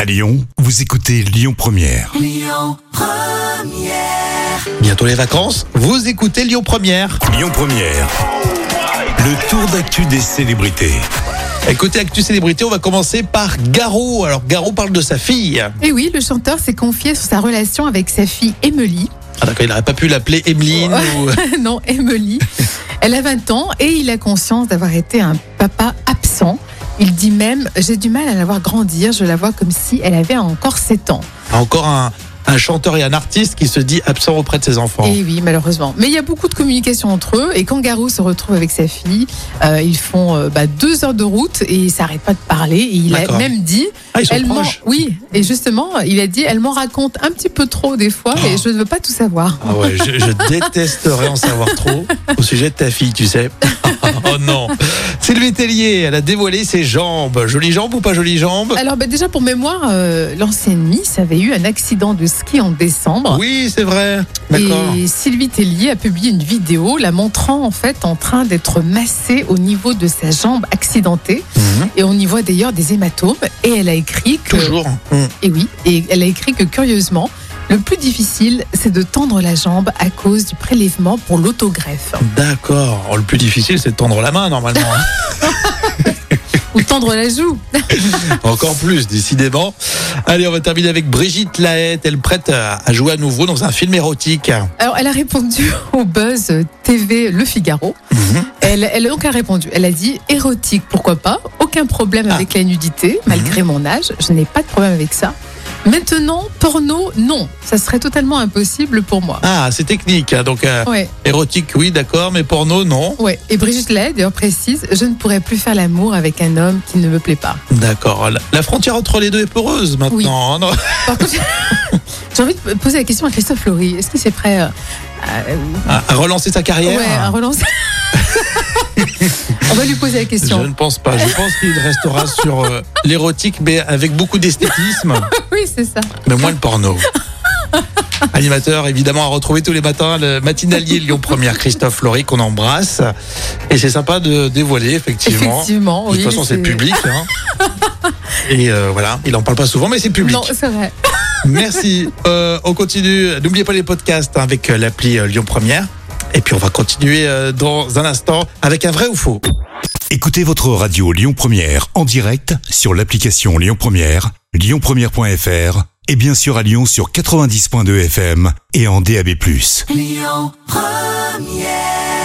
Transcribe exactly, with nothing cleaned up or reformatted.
À Lyon, vous écoutez Lyon Première. Lyon Première. Bientôt les vacances, vous écoutez Lyon Première. Lyon Première. Le tour d'actu des célébrités. Écoutez Actu Célébrité, on va commencer par Garou. Alors Garou parle de sa fille. Et oui, le chanteur s'est confié sur sa relation avec sa fille Emily. Ah d'accord, il n'aurait pas pu l'appeler Emeline ou... Non, Emily. Elle a vingt ans et il a conscience d'avoir été un papa absent. Il dit même, j'ai du mal à la voir grandir, je la vois comme si elle avait encore sept ans. Encore un, un chanteur et un artiste qui se dit absent auprès de ses enfants. Et oui, malheureusement. Mais il y a beaucoup de communication entre eux. Et quand Garou se retrouve avec sa fille, euh, ils font euh, bah, deux heures de route et ils s'arrêtent pas de parler. Et il D'accord. a même dit, Ah, ils sont elle m'en- proches. oui, et justement, il a dit, elle m'en raconte un petit peu trop des fois et je ne veux pas tout savoir. Ah ouais, je, je détesterais en savoir trop au sujet de ta fille, tu sais. Oh non. Sylvie Tellier, elle a dévoilé ses jambes. Jolies jambes ou pas jolies jambes? Alors bah, déjà pour mémoire, euh, l'ancienne Miss avait eu un accident de ski en décembre. Oui, c'est vrai. D'accord. Et Sylvie Tellier a publié une vidéo la montrant en fait en train d'être massée au niveau de sa jambe accidentée. Mhm. Et on y voit d'ailleurs des hématomes. Et elle a écrit que... Toujours. Mhm. Et oui, et elle a écrit que curieusement, le plus difficile, c'est de tendre la jambe à cause du prélèvement pour l'autogreffe. D'accord. Oh, le plus difficile, c'est de tendre la main, normalement. hein. Ou tendre la joue. Encore plus, décidément. Allez, on va terminer avec Brigitte Lahaie. Elle prête à à jouer à nouveau dans un film érotique. Alors, elle a répondu au buzz T V Le Figaro. Mhm. Elle, elle a donc a répondu. Elle a dit érotique, pourquoi pas. Aucun problème Ah. avec la nudité, malgré mon âge. Je n'ai pas de problème avec ça. Maintenant, porno, non. Ça serait totalement impossible pour moi. Ah, c'est technique. hein. Donc, euh, Ouais, érotique, oui, d'accord, mais porno, non. ouais. Et Brigitte Lahaie, d'ailleurs, précise, je ne pourrais plus faire l'amour avec un homme qui ne me plaît pas. D'accord. La, la frontière entre les deux est poreuse maintenant. Oui. hein, non Par contre, j'ai envie de poser la question à Christophe Laury. Est-ce qu'il est prêt euh, à, à, à relancer sa carrière. ouais, à relancer On va lui poser la Je question. ne pense pas. Je pense qu'il restera sur euh, l'érotique, mais avec beaucoup d'esthétisme, Oui, c'est ça. mais moins le porno. Animateur, évidemment, à retrouver tous les matins, le matinalier Lyon Première, Christophe Laury, qu'on embrasse. Et c'est sympa de dévoiler, effectivement. Effectivement, De oui. toute façon, c'est public. hein. Et euh, voilà, il en parle pas souvent, mais c'est public. Non, c'est vrai. Merci. Euh, on continue. N'oubliez pas les podcasts hein, avec euh, l'appli euh, Lyon Première. Et puis on va continuer euh, dans un instant avec un vrai ou faux. Écoutez votre radio Lyon Première en direct sur l'application Lyon Première, lyon première point f r et bien sûr à Lyon sur quatre-vingt-dix point deux F M et en D A B plus. Lyon Première.